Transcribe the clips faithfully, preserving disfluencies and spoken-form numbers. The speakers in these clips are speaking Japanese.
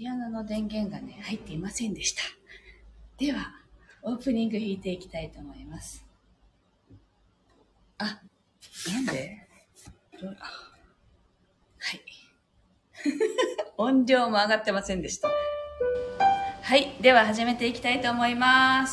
ピアノの電源がね、入っていませんでした。では、オープニング弾いていきたいと思います。あ、なんではい。音量も上がってませんでした。はい。では始めていきたいと思います。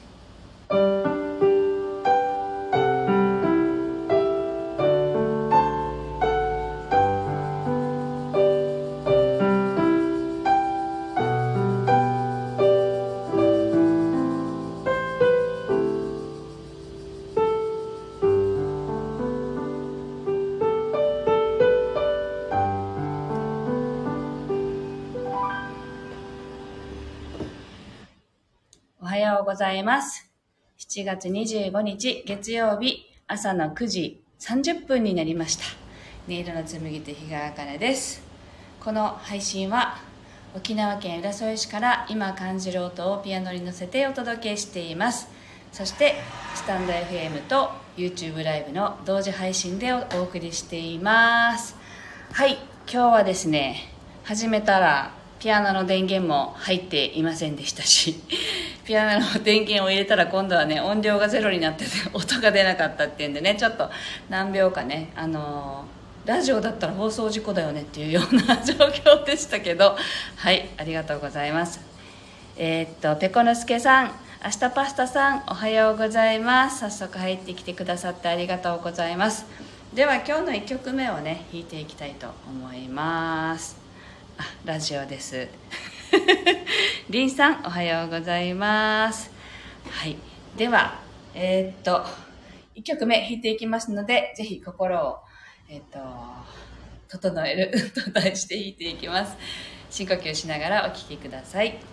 おはようございます。しちがつにじゅうごにち月曜日朝のくじさんじゅっぷんになりました。音色の紡手日川茜です。この配信は沖縄県浦添市から今感じる音をピアノに乗せてお届けしています。そしてスタンド エフエム と YouTube ライブの同時配信でお送りしています。はい、今日はですね、始めたらピアノの電源も入っていませんでしたし、ピアノの電源を入れたら今度はね、音量がゼロになってて音が出なかったっていうんでね、ちょっと何秒かね、あのー、ラジオだったら放送事故だよねっていうような状況でしたけど、はい、ありがとうございます。えー、っとペコのすけさん、明日パスタさん、おはようございます。早速入ってきてくださってありがとうございます。では今日のいっきょくめをね、弾いていきたいと思います。あ、ラジオですリンさん、おはようございます。はい、ではえー、っといっきょくめ弾いていきますので、ぜひ心をえー、っと整えると題して弾いていきます。深呼吸しながらお聴きください。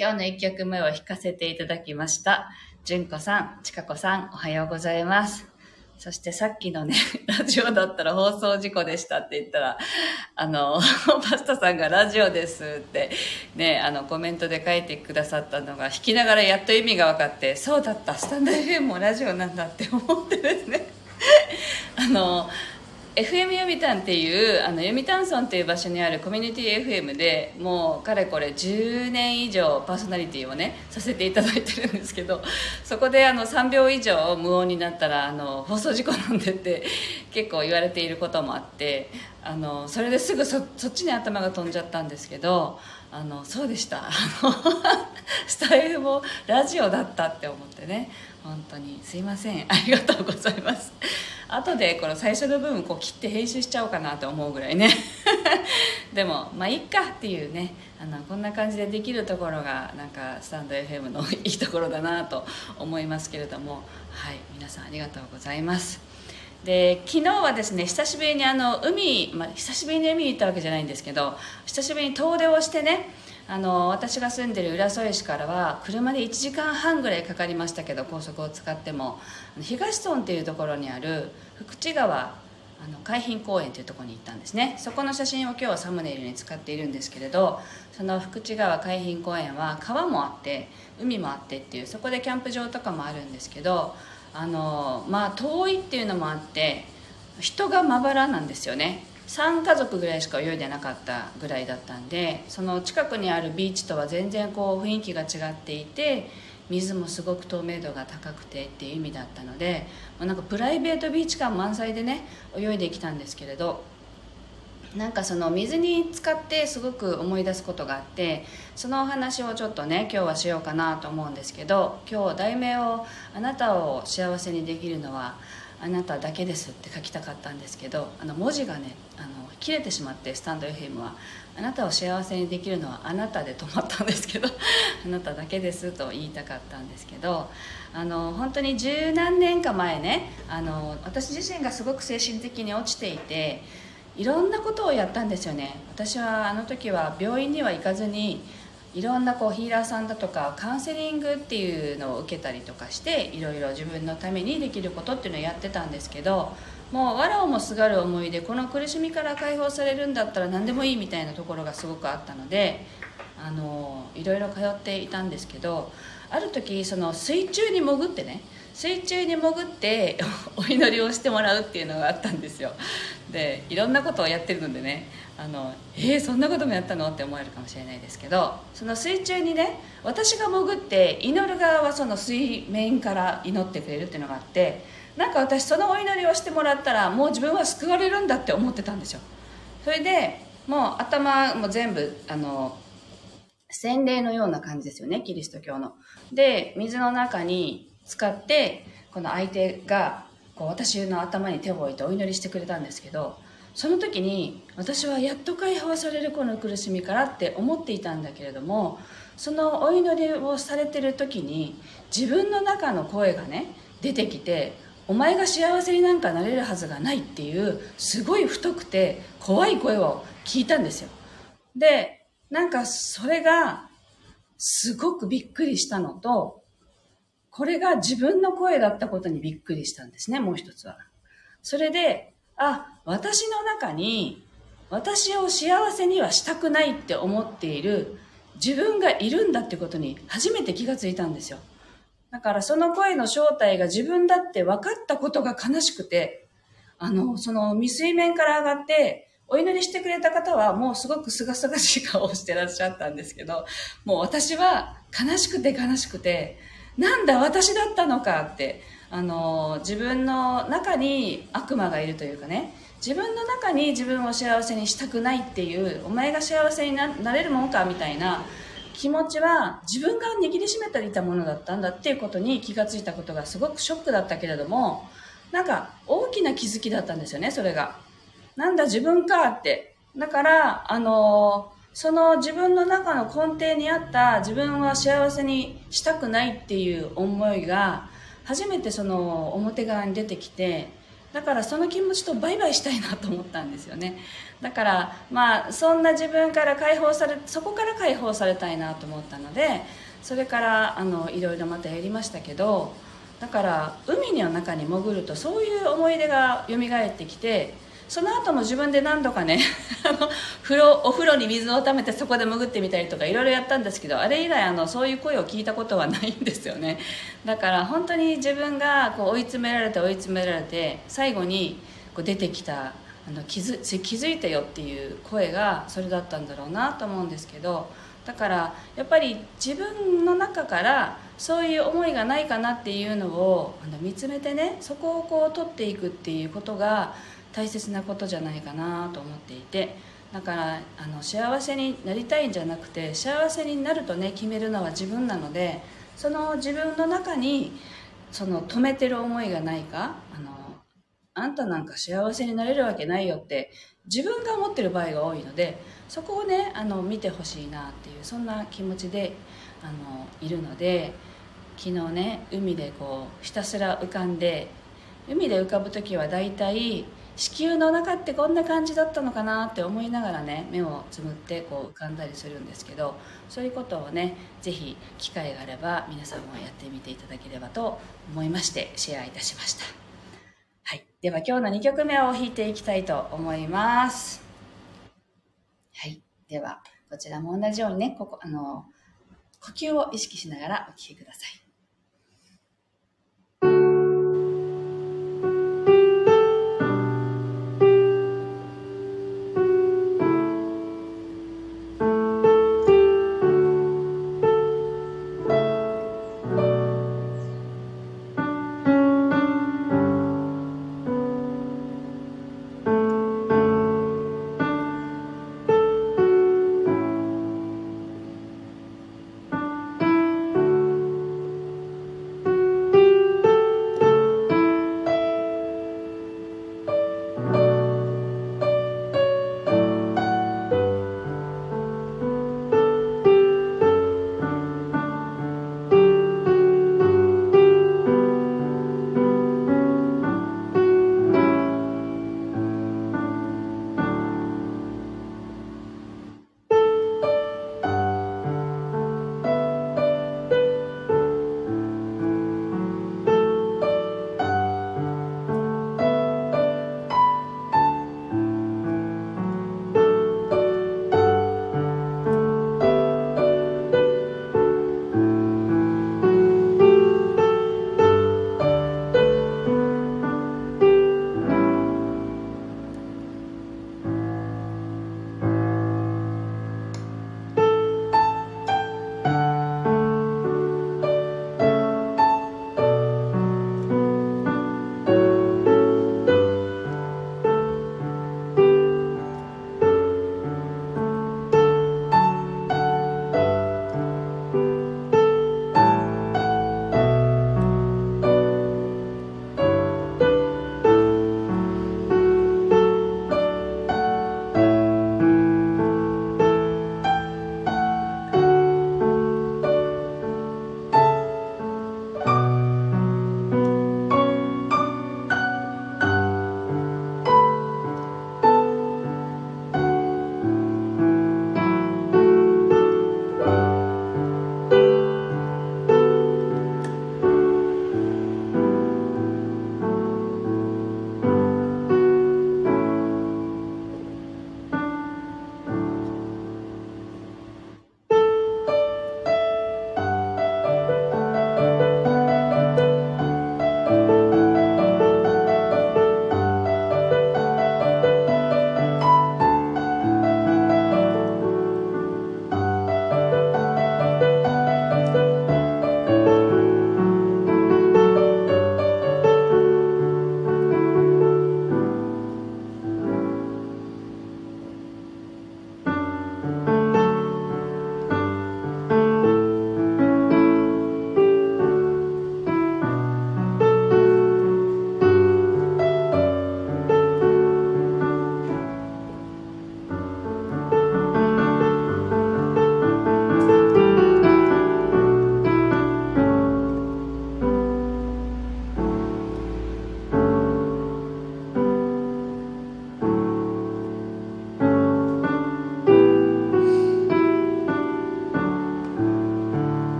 今日のいっきょくめを弾かせていただきました。純子さん、ちかこさん、おはようございます。そしてさっきのね、ラジオだったら放送事故でしたって言ったら、あの、パスタさんがラジオですってね、あのコメントで書いてくださったのが弾きながらやっと意味が分かって、そうだった、スタンド エフエム もラジオなんだって思ってですね。あの、エフエム 読谷っていうあの読谷村っていう場所にあるコミュニティ エフエム でもうかれこれじゅうねん以上パーソナリティをねさせていただいてるんですけど、そこであのさんびょう以上無音になったらあの放送事故なんでって結構言われていることもあって、あのそれですぐ そ, そっちに頭が飛んじゃったんですけど、あのそうでした、あのスタイルもラジオだったって思ってね、本当にすいません、ありがとうございます。後でこの最初の部分こう切って編集しちゃおうかなと思うぐらいねでもまあいっかっていうね、あのこんな感じでできるところがなんかスタンド エフエム のいいところだなと思いますけれども、はい、皆さんありがとうございます。で昨日はですね、久しぶりにあの海、まあ、久しぶりに海に行ったわけじゃないんですけど、久しぶりに遠出をしてね、あの私が住んでる浦添市からは車でいちじかんはんぐらいかかりましたけど、高速を使っても東村っていうところにある福知川あの海浜公園というところに行ったんですね。そこの写真を今日はサムネイルに使っているんですけれど、その福知川海浜公園は川もあって海もあってっていう、そこでキャンプ場とかもあるんですけど、あのまあ遠いっていうのもあって人がまばらなんですよね。さんかぞくぐらいしか泳いでなかったぐらいだったんで、その近くにあるビーチとは全然こう雰囲気が違っていて、水もすごく透明度が高くてっていう意味だったので、なんかプライベートビーチ感満載でね泳いできたんですけれど、なんかその水に浸かってすごく思い出すことがあって、そのお話をちょっとね今日はしようかなと思うんですけど、今日題名を「あなたを幸せにできるのはあなただけです」って書きたかったんですけど、あの文字がねあの切れてしまって、スタンド エフエム はあなたを幸せにできるのはあなたで止まったんですけどあなただけですと言いたかったんですけど、あの本当に十何年か前ね、あの私自身がすごく精神的に落ちていて、いろんなことをやったんですよね。私はあの時は病院には行かずに、いろんなこうヒーラーさんだとかカウンセリングっていうのを受けたりとかして、いろいろ自分のためにできることっていうのをやってたんですけど、もう藁をもすがる思いで、この苦しみから解放されるんだったら何でもいいみたいなところがすごくあったので、あのいろいろ通っていたんですけど、ある時その水中に潜ってね水中に潜ってお祈りをしてもらうっていうのがあったんですよ。でいろんなことをやってるのでね、あのえー、そんなこともやったのって思えるかもしれないですけど、その水中にね私が潜って祈る側はその水面から祈ってくれるっていうのがあって、なんか私そのお祈りをしてもらったらもう自分は救われるんだって思ってたんですよ。それでもう頭も全部あの洗礼のような感じですよね、キリスト教の。で水の中に使って、この相手がこう私の頭に手を置いてお祈りしてくれたんですけど、その時に私はやっと解放されるこの苦しみからって思っていたんだけれども、そのお祈りをされてる時に自分の中の声がね出てきて、お前が幸せになんかなれるはずがないっていうすごい太くて怖い声を聞いたんですよ。でなんかそれがすごくびっくりしたのと、これが自分の声だったことにびっくりしたんですね、もう一つは。それで、あ、私の中に私を幸せにはしたくないって思っている自分がいるんだってことに初めて気がついたんですよ。だからその声の正体が自分だって分かったことが悲しくて、あの、その未水面から上がってお祈りしてくれた方はもうすごくすがすがしい顔をしてらっしゃったんですけど、もう私は悲しくて悲しくて、なんだ私だったのかって、あの自分の中に悪魔がいるというかね、自分の中に自分を幸せにしたくないっていう、お前が幸せに な, なれるもんかみたいな気持ちは自分が握りしめていたものだったんだっていうことに気がついたことがすごくショックだったけれども、なんか大きな気づきだったんですよね、それが。なんだ自分かって。だからあのその自分の中の根底にあった自分は幸せにしたくないっていう思いが初めてその表側に出てきて、 だからその気持ちとバイバイしたいなと思ったんですよね。だからまあそんな自分から解放されそこから解放されたいなと思ったので、それからあのいろいろまたやりましたけど、だから海の中に潜るとそういう思い出が蘇ってきて、その後も自分で何度かねあの風呂お風呂に水をためてそこで潜ってみたりとかいろいろやったんですけど、あれ以来あのそういう声を聞いたことはないんですよね。だから本当に自分がこう追い詰められて追い詰められて最後にこう出てきたあの気づ気づいてよっていう声がそれだったんだろうなと思うんですけど、だからやっぱり自分の中からそういう思いがないかなっていうのをあの見つめてね、そこをこう取っていくっていうことが大切なことじゃないかなと思っていて、だからあの幸せになりたいんじゃなくて、幸せになるとね決めるのは自分なので、その自分の中にその止めてる思いがないか、あのあんたなんか幸せになれるわけないよって自分が思ってる場合が多いので、そこをねあの見てほしいなっていう、そんな気持ちであのいるので、昨日ね海でこうひたすら浮かんで、海で浮かぶ時はだいたい子宮の中ってこんな感じだったのかなって思いながらね目をつむってこう浮かんだりするんですけど、そういうことをねぜひ機会があれば皆さんもやってみていただければと思いましてシェアいたしました。はい、では今日のにきょくめを弾いていきたいと思います。はい、ではこちらも同じようにねここあの呼吸を意識しながらお聴きください。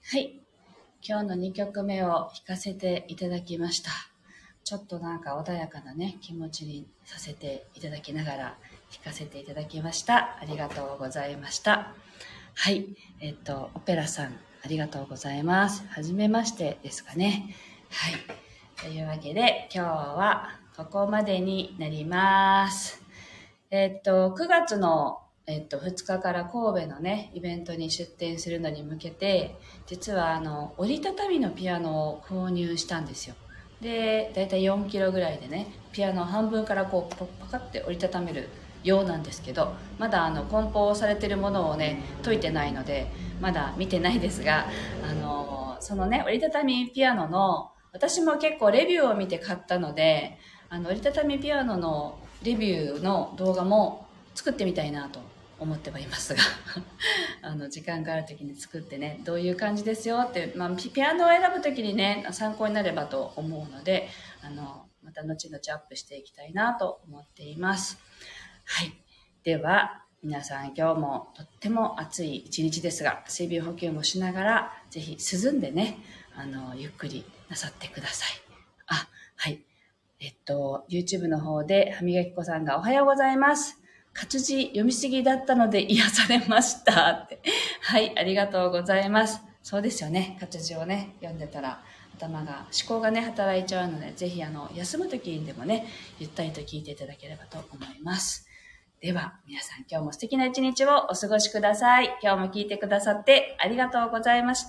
はい。今日のにきょくめを弾かせていただきました。ちょっとなんか穏やかなね、気持ちにさせていただきながら弾かせていただきました。ありがとうございました。はい。えっと、オペラさん、ありがとうございます。はじめましてですかね。はい。というわけで、今日はここまでになります。えっと、くがつのえっと、ふつかから神戸のね、イベントに出展するのに向けて、実はあの、折りたたみのピアノを購入したんですよ。で、だいたいよんキロぐらいでね、ピアノ半分からこう、パカって折りたためるようなんですけど、まだあの、梱包されてるものをね、解いてないので、まだ見てないですが、あの、そのね、折りたたみピアノの、私も結構レビューを見て買ったので、あの、折りたたみピアノのレビューの動画も作ってみたいなと思ってはいますがあの時間がある時に作ってね、どういう感じですよって、まあ、ピアノを選ぶ時にね参考になればと思うので、あのまた後々アップしていきたいなと思っています。はい、では皆さん、今日もとっても暑い一日ですが、水分補給もしながらぜひ涼んでね、あのゆっくりなさってください。あ、はい、えっと YouTube の方で歯磨き粉さんがおはようございます、活字読みすぎだったので癒されましたって。はい、ありがとうございます。そうですよね。活字をね、読んでたら頭が、思考がね、働いちゃうので、ぜひあの、休む時にでもね、ゆったりと聞いていただければと思います。では、皆さん今日も素敵な一日をお過ごしください。今日も聞いてくださってありがとうございました。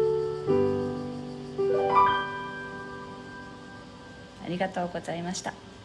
ありがとうございました。